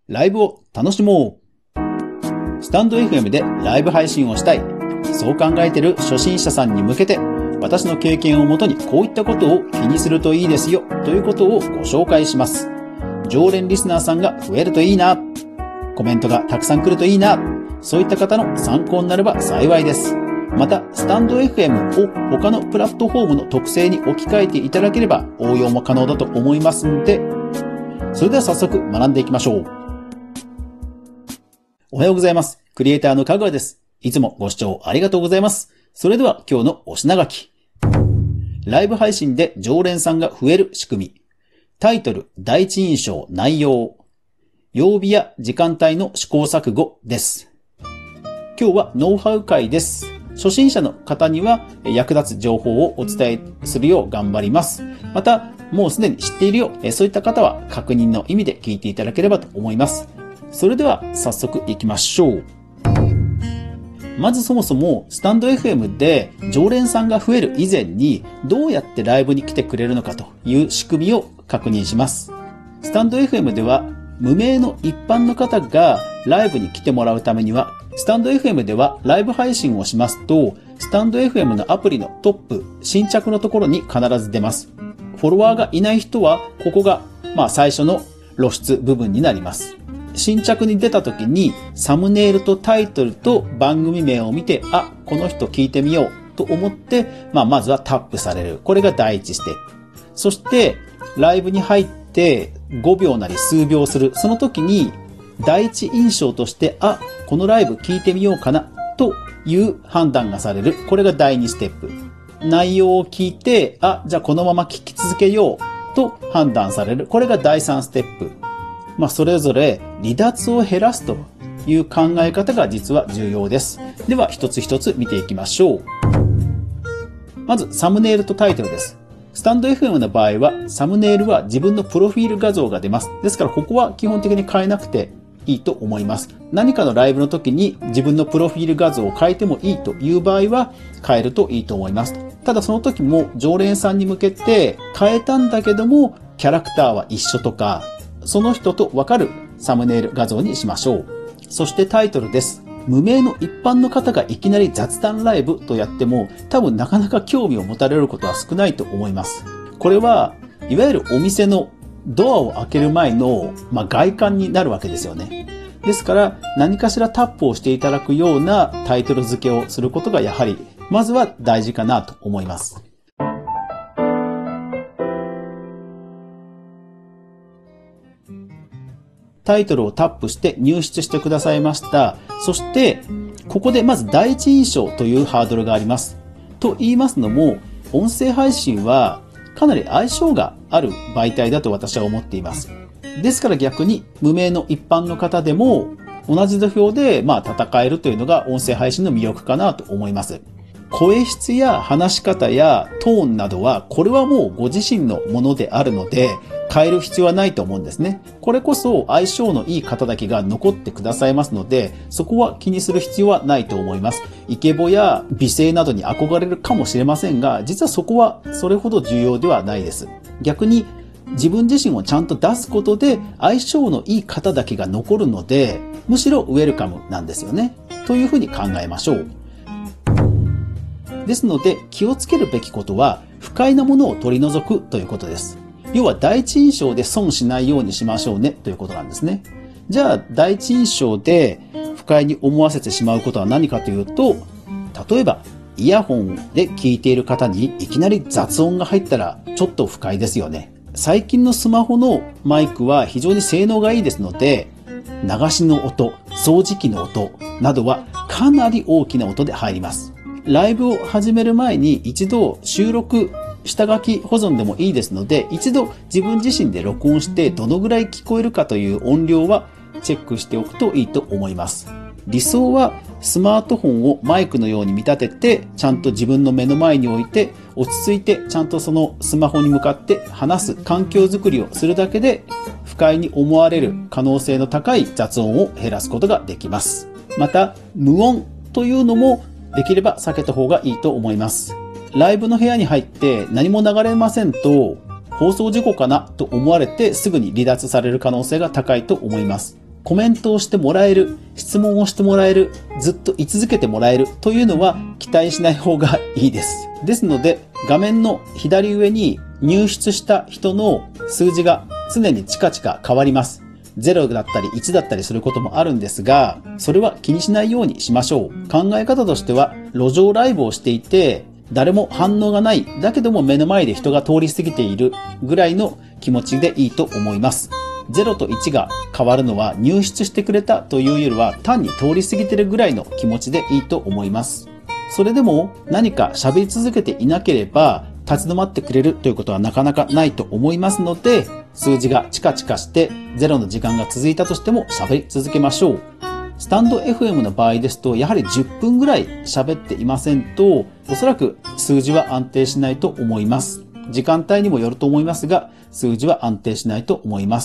ライブを楽しもう。スタンド FM でライブ配信をしたい。そう考えている初心者さんに向けて、私の経験をもとにこういったことを気にするといいですよということをご紹介します。常連リスナーさんが増えるといいな。コメントがたくさん来るといいな。そういった方の参考になれば幸いです。また、スタンド FM を他のプラットフォームの特性に置き換えていただければ応用も可能だと思いますので、それでは早速学んでいきましょう。おはようございます。クリエイターのかぐわです。いつもご視聴ありがとうございます。それでは今日のお品書き。ライブ配信で常連さんが増える仕組み。タイトル、第一印象、内容。曜日や時間帯の試行錯誤です。今日はノウハウ会です。初心者の方には役立つ情報をお伝えするよう頑張ります。また、もうすでに知っているよ、そういった方は確認の意味で聞いていただければと思います。それでは早速行きましょう。まずそもそもスタンド FM で常連さんが増える以前にどうやってライブに来てくれるのかという仕組みを確認します。スタンド FM では無名の一般の方がライブに来てもらうためにはスタンド FM ではライブ配信をしますとスタンド FM のアプリのトップ新着のところに必ず出ます。フォロワーがいない人はここが最初の露出部分になります。新着に出た時にサムネイルとタイトルと番組名を見てこの人聞いてみようと思ってまずはタップされる。これが第一ステップ。そしてライブに入って5秒なり数秒する。その時に第一印象としてこのライブ聞いてみようかなという判断がされる。これが第2ステップ。内容を聞いてじゃあこのまま聞き続けようと判断される。これが第3ステップ。それぞれ離脱を減らすという考え方が実は重要です。では一つ一つ見ていきましょう。まずサムネイルとタイトルです。スタンド FM の場合はサムネイルは自分のプロフィール画像が出ます。ですからここは基本的に変えなくていいと思います。何かのライブの時に自分のプロフィール画像を変えてもいいという場合は変えるといいと思います。ただその時も常連さんに向けて変えたんだけどもキャラクターは一緒とかその人とわかるサムネイル画像にしましょう。そしてタイトルです。無名の一般の方がいきなり雑談ライブとやっても多分なかなか興味を持たれることは少ないと思います。これはいわゆるお店のドアを開ける前の、外観になるわけですよね。ですから何かしらタップをしていただくようなタイトル付けをすることがやはりまずは大事かなと思います。タイトルをタップして入室してくださいました。そして、ここでまず第一印象というハードルがあります。と言いますのも、音声配信はかなり相性がある媒体だと私は思っています。ですから逆に無名の一般の方でも同じ土俵で戦えるというのが音声配信の魅力かなと思います。声質や話し方やトーンなどはこれはもうご自身のものであるので変える必要はないと思うんですね。これこそ相性のいい方だけが残ってくださいますのでそこは気にする必要はないと思います。イケボや美声などに憧れるかもしれませんが実はそこはそれほど重要ではないです。逆に自分自身をちゃんと出すことで相性のいい方だけが残るのでむしろウェルカムなんですよねというふうに考えましょう。ですので気をつけるべきことは不快なものを取り除くということです。要は第一印象で損しないようにしましょうねということなんですね。じゃあ第一印象で不快に思わせてしまうことは何かというと、例えばイヤホンで聞いている方にいきなり雑音が入ったらちょっと不快ですよね。最近のスマホのマイクは非常に性能がいいですので流しの音、掃除機の音などはかなり大きな音で入ります。ライブを始める前に一度収録下書き保存でもいいですので一度自分自身で録音してどのぐらい聞こえるかという音量はチェックしておくといいと思います。理想はスマートフォンをマイクのように見立ててちゃんと自分の目の前に置いて落ち着いてちゃんとそのスマホに向かって話す環境づくりをするだけで不快に思われる可能性の高い雑音を減らすことができます。また無音というのもできれば避けた方がいいと思います。ライブの部屋に入って何も流れませんと放送事故かなと思われてすぐに離脱される可能性が高いと思います。 コメントをしてもらえる、質問をしてもらえる、ずっと居続けてもらえるというのは期待しない方がいいです。ですので、画面の左上に入室した人の数字が常にチカチカ変わります。0だったり1だったりすることもあるんですが、それは気にしないようにしましょう。考え方としては、路上ライブをしていて、誰も反応がない、だけども目の前で人が通り過ぎているぐらいの気持ちでいいと思います。0と1が変わるのは入室してくれたというよりは単に通り過ぎてるぐらいの気持ちでいいと思います。それでも何か喋り続けていなければ立ち止まってくれるということはなかなかないと思いますので、数字がチカチカして0の時間が続いたとしても喋り続けましょう。スタンド FM の場合ですとやはり10分ぐらい喋っていませんとおそらく数字は安定しないと思います。時間帯にもよると思いますが数字は安定しないと思います。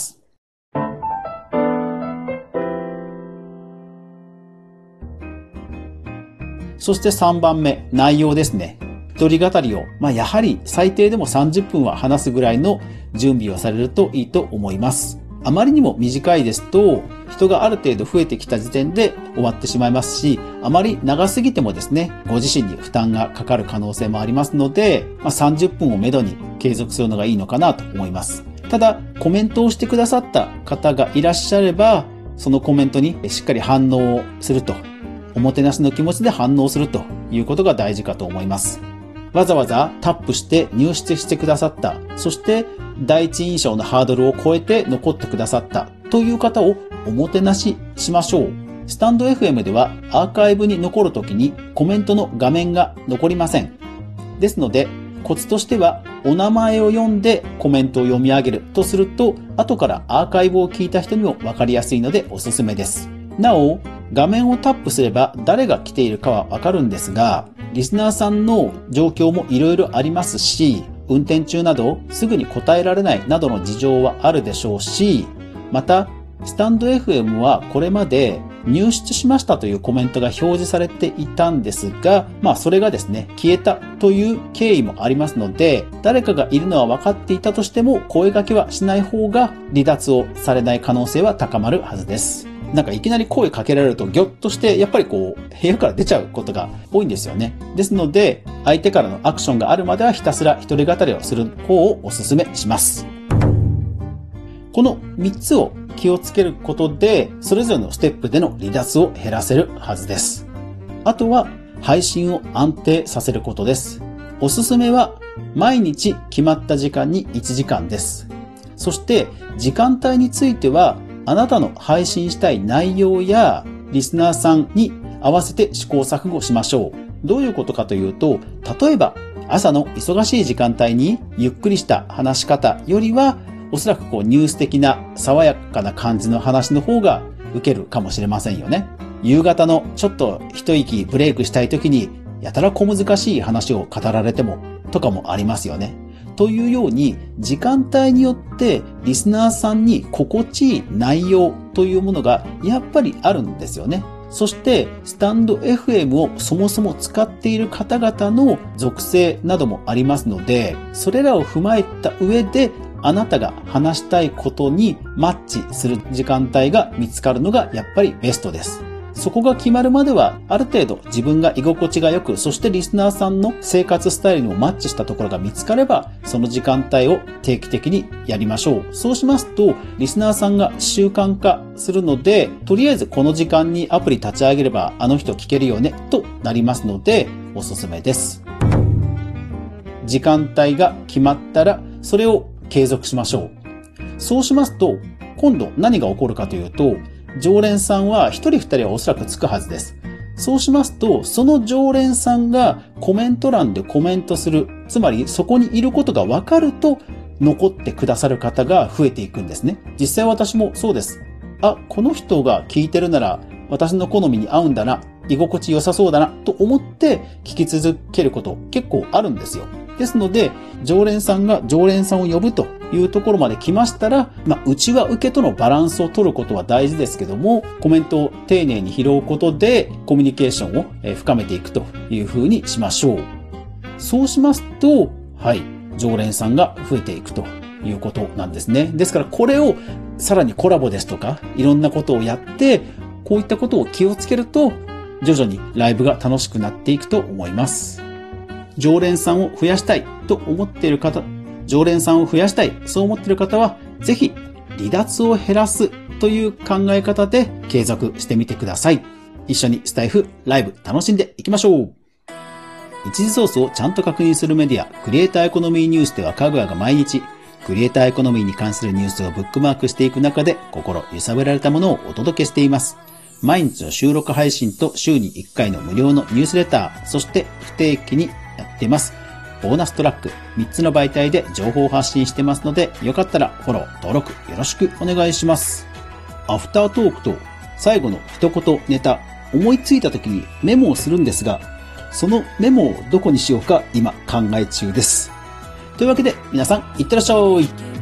そして3番目、内容ですね。一人語りを、やはり最低でも30分は話すぐらいの準備をされるといいと思います。あまりにも短いですと、人がある程度増えてきた時点で終わってしまいますし、あまり長すぎてもですね、ご自身に負担がかかる可能性もありますので、30分をめどに継続するのがいいのかなと思います。ただ、コメントをしてくださった方がいらっしゃれば、そのコメントにしっかり反応すると。おもてなしの気持ちで反応するということが大事かと思います。わざわざタップして入室してくださった、そして第一印象のハードルを超えて残ってくださったという方をおもてなししましょう。スタンド FM ではアーカイブに残るときにコメントの画面が残りません。ですのでコツとしてはお名前を読んでコメントを読み上げるとすると後からアーカイブを聞いた人にもわかりやすいのでおすすめです。なお、画面をタップすれば誰が来ているかはわかるんですが、リスナーさんの状況もいろいろありますし、運転中などすぐに答えられないなどの事情はあるでしょうし、また、スタンド FM はこれまで入室しましたというコメントが表示されていたんですが、それがですね、消えたという経緯もありますので、誰かがいるのは分かっていたとしても声掛けはしない方が離脱をされない可能性は高まるはずです。なんかいきなり声かけられるとギョッとしてやっぱり部屋から出ちゃうことが多いんですよね。ですので相手からのアクションがあるまではひたすら一人語りをする方をお勧めします。この3つを気をつけることでそれぞれのステップでの離脱を減らせるはずです。あとは配信を安定させることです。おすすめは毎日決まった時間に1時間です。そして時間帯についてはあなたの配信したい内容やリスナーさんに合わせて試行錯誤しましょう。どういうことかというと、例えば朝の忙しい時間帯にゆっくりした話し方よりは、おそらくニュース的な爽やかな感じの話の方が受けるかもしれませんよね。夕方のちょっと一息ブレイクしたい時にやたら小難しい話を語られてもとかもありますよね。というように時間帯によってリスナーさんに心地いい内容というものがやっぱりあるんですよね。そしてスタンド FM をそもそも使っている方々の属性などもありますので、それらを踏まえた上であなたが話したいことにマッチする時間帯が見つかるのがやっぱりベストです。そこが決まるまではある程度自分が居心地が良く、そしてリスナーさんの生活スタイルにもマッチしたところが見つかれば、その時間帯を定期的にやりましょう。そうしますとリスナーさんが習慣化するので、とりあえずこの時間にアプリ立ち上げればあの人聞けるよねとなりますのでおすすめです。時間帯が決まったらそれを継続しましょう。そうしますと今度何が起こるかというと、常連さんは一人二人はおそらくつくはずです。そうしますと、その常連さんがコメント欄でコメントする、つまりそこにいることが分かると残ってくださる方が増えていくんですね。実際私もそうです。あ、この人が聞いてるなら私の好みに合うんだな、居心地良さそうだなと思って聞き続けること結構あるんですよ。ですので、常連さんが常連さんを呼ぶというところまで来ましたら、内は受けとのバランスを取ることは大事ですけども、コメントを丁寧に拾うことでコミュニケーションを深めていくというふうにしましょう。そうしますと、常連さんが増えていくということなんですね。ですからこれをさらにコラボですとか、いろんなことをやって、こういったことを気をつけると、徐々にライブが楽しくなっていくと思います。常連さんを増やしたいと思っている方、常連さんを増やしたい、そう思っている方は、ぜひ離脱を減らすという考え方で継続してみてください。一緒にスタイフ、ライブ楽しんでいきましょう。一時ソースをちゃんと確認するメディア、クリエイターエコノミーニュースではかぐやが毎日、クリエイターエコノミーに関するニュースをブックマークしていく中で心揺さぶられたものをお届けしています。毎日の収録配信と週に1回の無料のニュースレター、そして不定期にやっています。ボーナストラック、3つの媒体で情報を発信してますので、よかったらフォロー、登録よろしくお願いします。アフタートークと最後の一言ネタ、思いついた時にメモをするんですが、そのメモをどこにしようか今考え中です。というわけで皆さんいってらっしゃい。